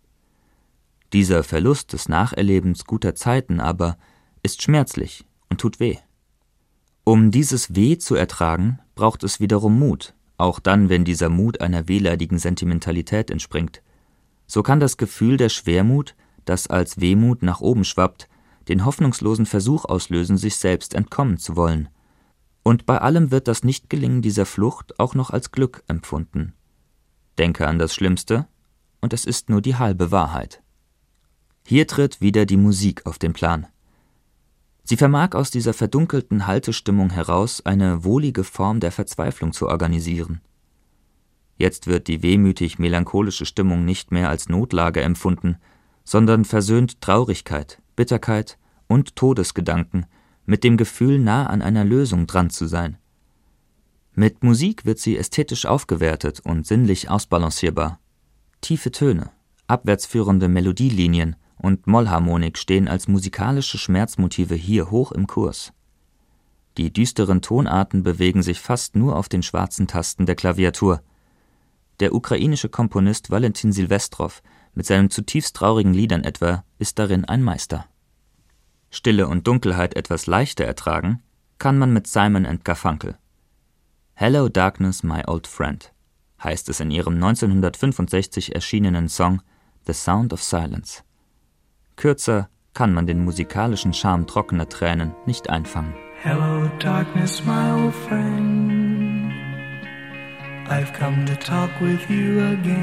Dieser Verlust des Nacherlebens guter Zeiten aber ist schmerzlich und tut weh. Um dieses Weh zu ertragen, braucht es wiederum Mut, auch dann, wenn dieser Mut einer wehleidigen Sentimentalität entspringt. So kann das Gefühl der Schwermut, das als Wehmut nach oben schwappt, den hoffnungslosen Versuch auslösen, sich selbst entkommen zu wollen. Und bei allem wird das Nichtgelingen dieser Flucht auch noch als Glück empfunden. Denke an das Schlimmste, und es ist nur die halbe Wahrheit. Hier tritt wieder die Musik auf den Plan. Sie vermag aus dieser verdunkelten Haltestimmung heraus eine wohlige Form der Verzweiflung zu organisieren. Jetzt wird die wehmütig-melancholische Stimmung nicht mehr als Notlage empfunden, sondern versöhnt Traurigkeit, Bitterkeit und Todesgedanken mit dem Gefühl, nah an einer Lösung dran zu sein. Mit Musik wird sie ästhetisch aufgewertet und sinnlich ausbalancierbar. Tiefe Töne, abwärtsführende Melodielinien und Mollharmonik stehen als musikalische Schmerzmotive hier hoch im Kurs. Die düsteren Tonarten bewegen sich fast nur auf den schwarzen Tasten der Klaviatur. Der ukrainische Komponist Valentin Silvestrov mit seinen zutiefst traurigen Liedern etwa ist darin ein Meister. Stille und Dunkelheit etwas leichter ertragen kann man mit Simon & Garfunkel. Hello Darkness, my old friend, heißt es in ihrem 1965 erschienenen Song The Sound of Silence. Kürzer kann man den musikalischen Charme trockener Tränen nicht einfangen. Hello darkness, my old friend, I've come to talk with you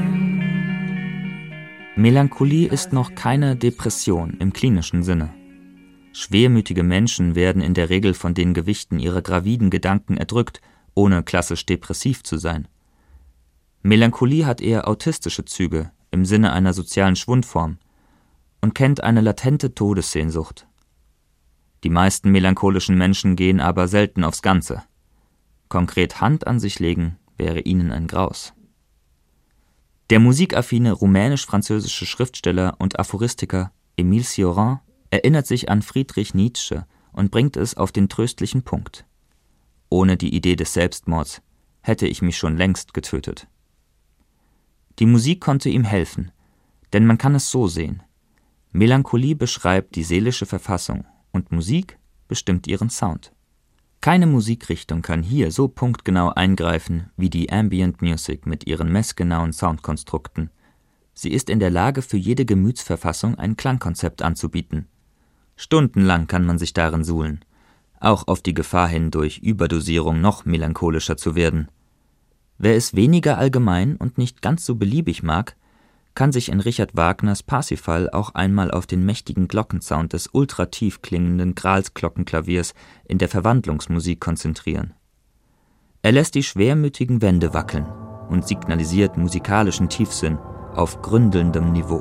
again. Melancholie ist noch keine Depression im klinischen Sinne. Schwermütige Menschen werden in der Regel von den Gewichten ihrer graviden Gedanken erdrückt, ohne klassisch depressiv zu sein. Melancholie hat eher autistische Züge im Sinne einer sozialen Schwundform und kennt eine latente Todessehnsucht. Die meisten melancholischen Menschen gehen aber selten aufs Ganze. Konkret Hand an sich legen wäre ihnen ein Graus. Der musikaffine rumänisch-französische Schriftsteller und Aphoristiker Émile Cioran erinnert sich an Friedrich Nietzsche und bringt es auf den tröstlichen Punkt: Ohne die Idee des Selbstmords hätte ich mich schon längst getötet. Die Musik konnte ihm helfen, denn man kann es so sehen: Melancholie beschreibt die seelische Verfassung und Musik bestimmt ihren Sound. Keine Musikrichtung kann hier so punktgenau eingreifen wie die Ambient Music mit ihren messgenauen Soundkonstrukten. Sie ist in der Lage, für jede Gemütsverfassung ein Klangkonzept anzubieten. Stundenlang kann man sich darin suhlen, auch auf die Gefahr hin, durch Überdosierung noch melancholischer zu werden. Wer es weniger allgemein und nicht ganz so beliebig mag, kann sich in Richard Wagners Parsifal auch einmal auf den mächtigen Glockensound des ultratief klingenden Gralsglockenklaviers in der Verwandlungsmusik konzentrieren. Er lässt die schwermütigen Wände wackeln und signalisiert musikalischen Tiefsinn auf gründelndem Niveau.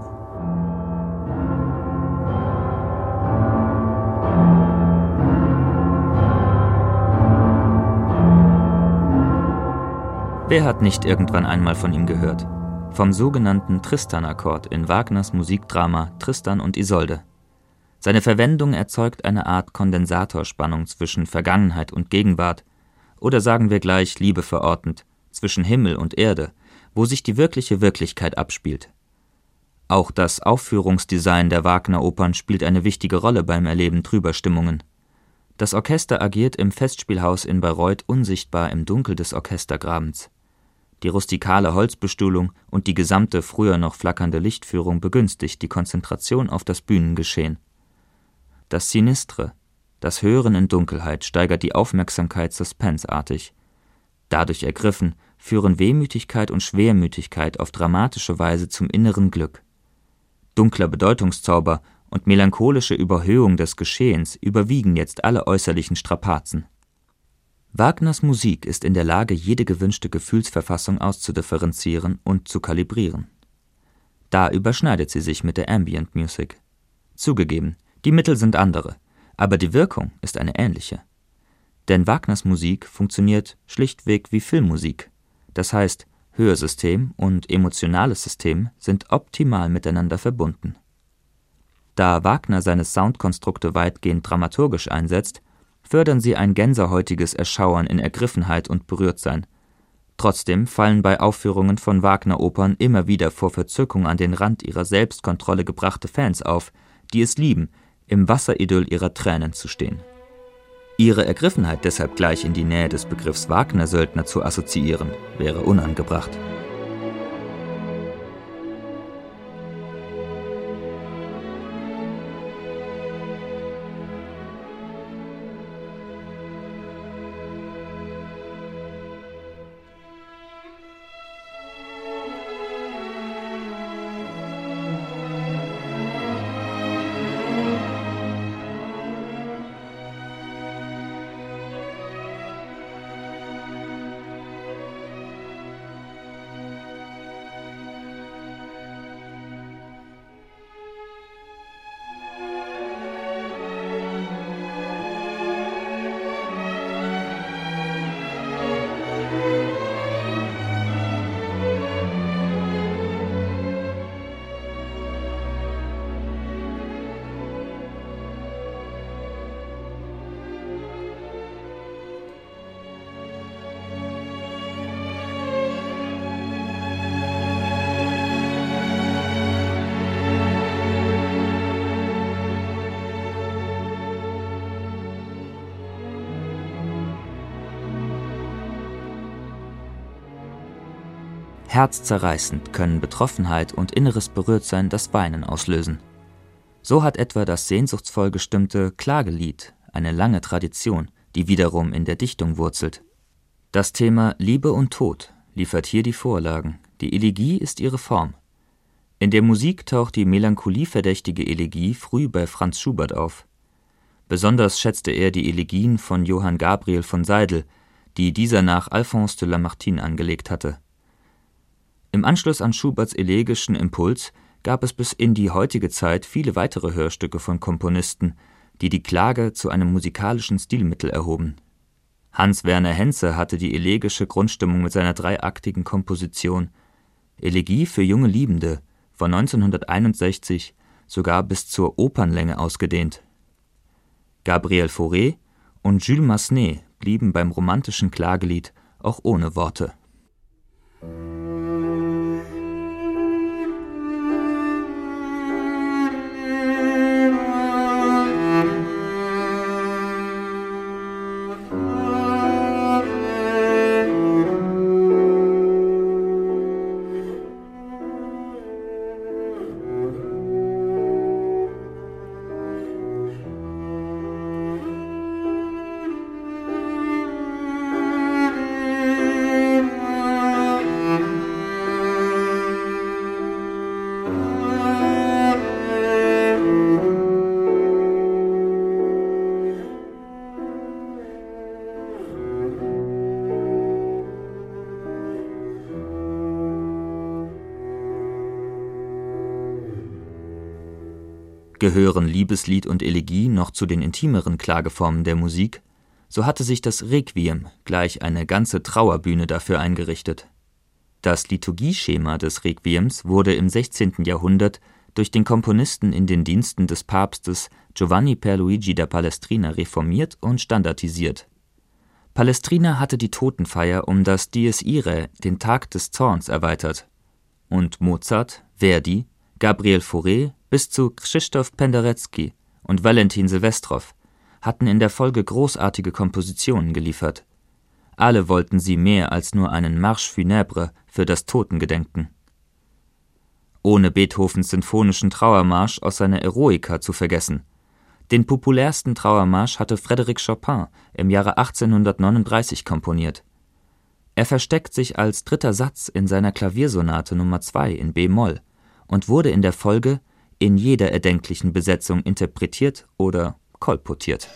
Wer hat nicht irgendwann einmal von ihm gehört? Vom sogenannten Tristan-Akkord in Wagners Musikdrama Tristan und Isolde. Seine Verwendung erzeugt eine Art Kondensatorspannung zwischen Vergangenheit und Gegenwart, oder sagen wir gleich, Liebe verortend, zwischen Himmel und Erde, wo sich die wirkliche Wirklichkeit abspielt. Auch das Aufführungsdesign der Wagner-Opern spielt eine wichtige Rolle beim Erleben trüber Stimmungen. Das Orchester agiert im Festspielhaus in Bayreuth unsichtbar im Dunkel des Orchestergrabens. Die rustikale Holzbestuhlung und die gesamte früher noch flackernde Lichtführung begünstigt die Konzentration auf das Bühnengeschehen. Das Sinistre, das Hören in Dunkelheit steigert die Aufmerksamkeit suspenseartig. Dadurch ergriffen, führen Wehmütigkeit und Schwermütigkeit auf dramatische Weise zum inneren Glück. Dunkler Bedeutungszauber und melancholische Überhöhung des Geschehens überwiegen jetzt alle äußerlichen Strapazen. Wagners Musik ist in der Lage, jede gewünschte Gefühlsverfassung auszudifferenzieren und zu kalibrieren. Da überschneidet sie sich mit der Ambient Music. Zugegeben, die Mittel sind andere, aber die Wirkung ist eine ähnliche. Denn Wagners Musik funktioniert schlichtweg wie Filmmusik. Das heißt, Hörsystem und emotionales System sind optimal miteinander verbunden. Da Wagner seine Soundkonstrukte weitgehend dramaturgisch einsetzt, fördern sie ein gänsehäutiges Erschauern in Ergriffenheit und Berührtsein. Trotzdem fallen bei Aufführungen von Wagner-Opern immer wieder vor Verzückung an den Rand ihrer Selbstkontrolle gebrachte Fans auf, die es lieben, im Wasseridyll ihrer Tränen zu stehen. Ihre Ergriffenheit deshalb gleich in die Nähe des Begriffs Wagner-Söldner zu assoziieren, wäre unangebracht. Herzzerreißend können Betroffenheit und inneres Berührtsein das Weinen auslösen. So hat etwa das sehnsuchtsvoll gestimmte Klagelied eine lange Tradition, die wiederum in der Dichtung wurzelt. Das Thema Liebe und Tod liefert hier die Vorlagen, die Elegie ist ihre Form. In der Musik taucht die melancholiverdächtige Elegie früh bei Franz Schubert auf. Besonders schätzte er die Elegien von Johann Gabriel von Seidl, die dieser nach Alphonse de Lamartine angelegt hatte. Im Anschluss an Schuberts elegischen Impuls gab es bis in die heutige Zeit viele weitere Hörstücke von Komponisten, die die Klage zu einem musikalischen Stilmittel erhoben. Hans Werner Henze hatte die elegische Grundstimmung mit seiner dreiaktigen Komposition Elegie für junge Liebende von 1961 sogar bis zur Opernlänge ausgedehnt. Gabriel Fauré und Jules Massenet blieben beim romantischen Klagelied auch ohne Worte. Gehören Liebeslied und Elegie noch zu den intimeren Klageformen der Musik, so hatte sich das Requiem gleich eine ganze Trauerbühne dafür eingerichtet. Das Liturgieschema des Requiems wurde im 16. Jahrhundert durch den Komponisten in den Diensten des Papstes Giovanni Pierluigi da Palestrina reformiert und standardisiert. Palestrina hatte die Totenfeier um das Dies Irae, den Tag des Zorns, erweitert. Und Mozart, Verdi, Gabriel Fauré bis zu Krzysztof Penderecki und Valentin Silvestrow hatten in der Folge großartige Kompositionen geliefert. Alle wollten sie mehr als nur einen Marche funèbre für das Totengedenken. Ohne Beethovens sinfonischen Trauermarsch aus seiner Eroica zu vergessen. Den populärsten Trauermarsch hatte Frédéric Chopin im Jahre 1839 komponiert. Er versteckt sich als dritter Satz in seiner Klaviersonate Nr. 2 in b-Moll und wurde in der Folge in jeder erdenklichen Besetzung interpretiert oder kolportiert.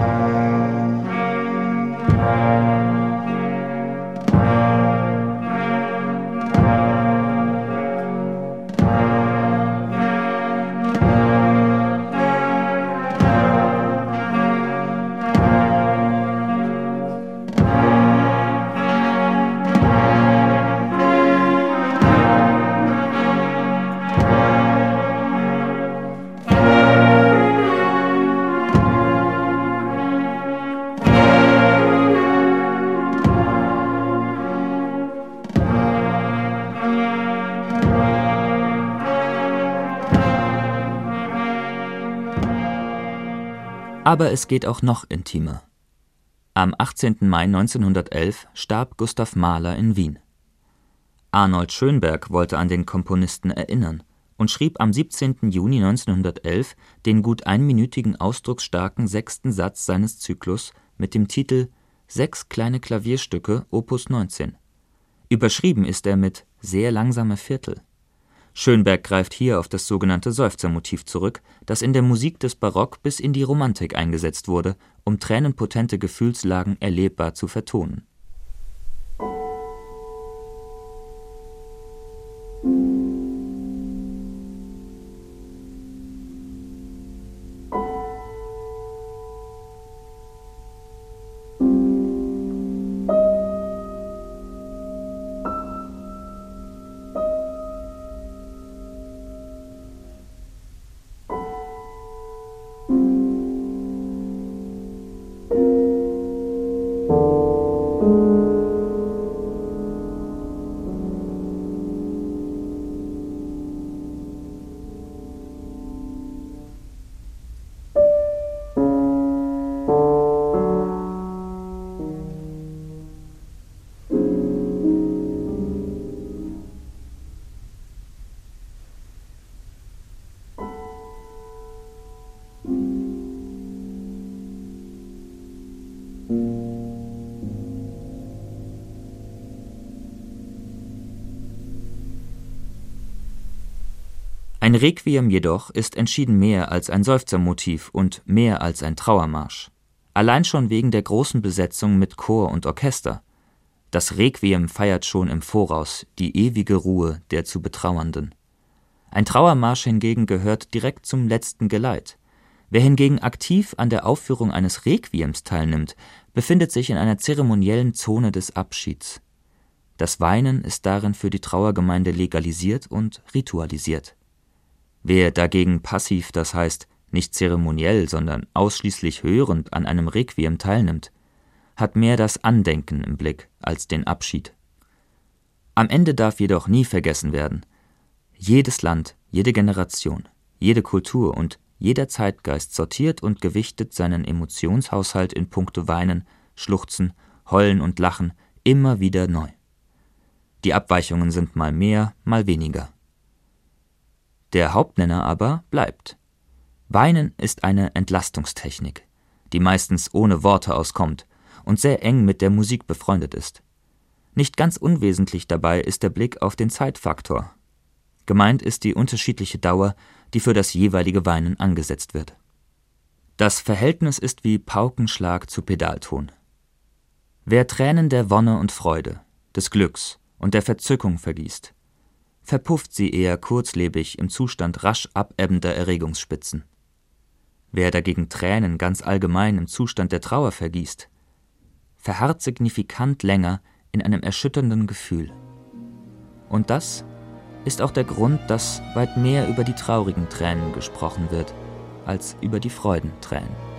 Aber es geht auch noch intimer. Am 18. Mai 1911 starb Gustav Mahler in Wien. Arnold Schönberg wollte an den Komponisten erinnern und schrieb am 17. Juni 1911 den gut einminütigen ausdrucksstarken 6. Satz seines Zyklus mit dem Titel »6 kleine Klavierstücke, Opus 19«. Überschrieben ist er mit »sehr langsame Viertel«. Schönberg greift hier auf das sogenannte Seufzermotiv zurück, das in der Musik des Barock bis in die Romantik eingesetzt wurde, um tränenpotente Gefühlslagen erlebbar zu vertonen. Ein Requiem jedoch ist entschieden mehr als ein Seufzermotiv und mehr als ein Trauermarsch. Allein schon wegen der großen Besetzung mit Chor und Orchester. Das Requiem feiert schon im Voraus die ewige Ruhe der zu Betrauernden. Ein Trauermarsch hingegen gehört direkt zum letzten Geleit. Wer hingegen aktiv an der Aufführung eines Requiems teilnimmt, befindet sich in einer zeremoniellen Zone des Abschieds. Das Weinen ist darin für die Trauergemeinde legalisiert und ritualisiert. Wer dagegen passiv, das heißt nicht zeremoniell, sondern ausschließlich hörend an einem Requiem teilnimmt, hat mehr das Andenken im Blick als den Abschied. Am Ende darf jedoch nie vergessen werden: Jedes Land, jede Generation, jede Kultur und jeder Zeitgeist sortiert und gewichtet seinen Emotionshaushalt in puncto Weinen, Schluchzen, Heulen und Lachen immer wieder neu. Die Abweichungen sind mal mehr, mal weniger. Der Hauptnenner aber bleibt. Weinen ist eine Entlastungstechnik, die meistens ohne Worte auskommt und sehr eng mit der Musik befreundet ist. Nicht ganz unwesentlich dabei ist der Blick auf den Zeitfaktor. Gemeint ist die unterschiedliche Dauer, die für das jeweilige Weinen angesetzt wird. Das Verhältnis ist wie Paukenschlag zu Pedalton. Wer Tränen der Wonne und Freude, des Glücks und der Verzückung vergießt, verpufft sie eher kurzlebig im Zustand rasch abebbender Erregungsspitzen. Wer dagegen Tränen ganz allgemein im Zustand der Trauer vergießt, verharrt signifikant länger in einem erschütternden Gefühl. Und das ist auch der Grund, dass weit mehr über die traurigen Tränen gesprochen wird, als über die Freudentränen.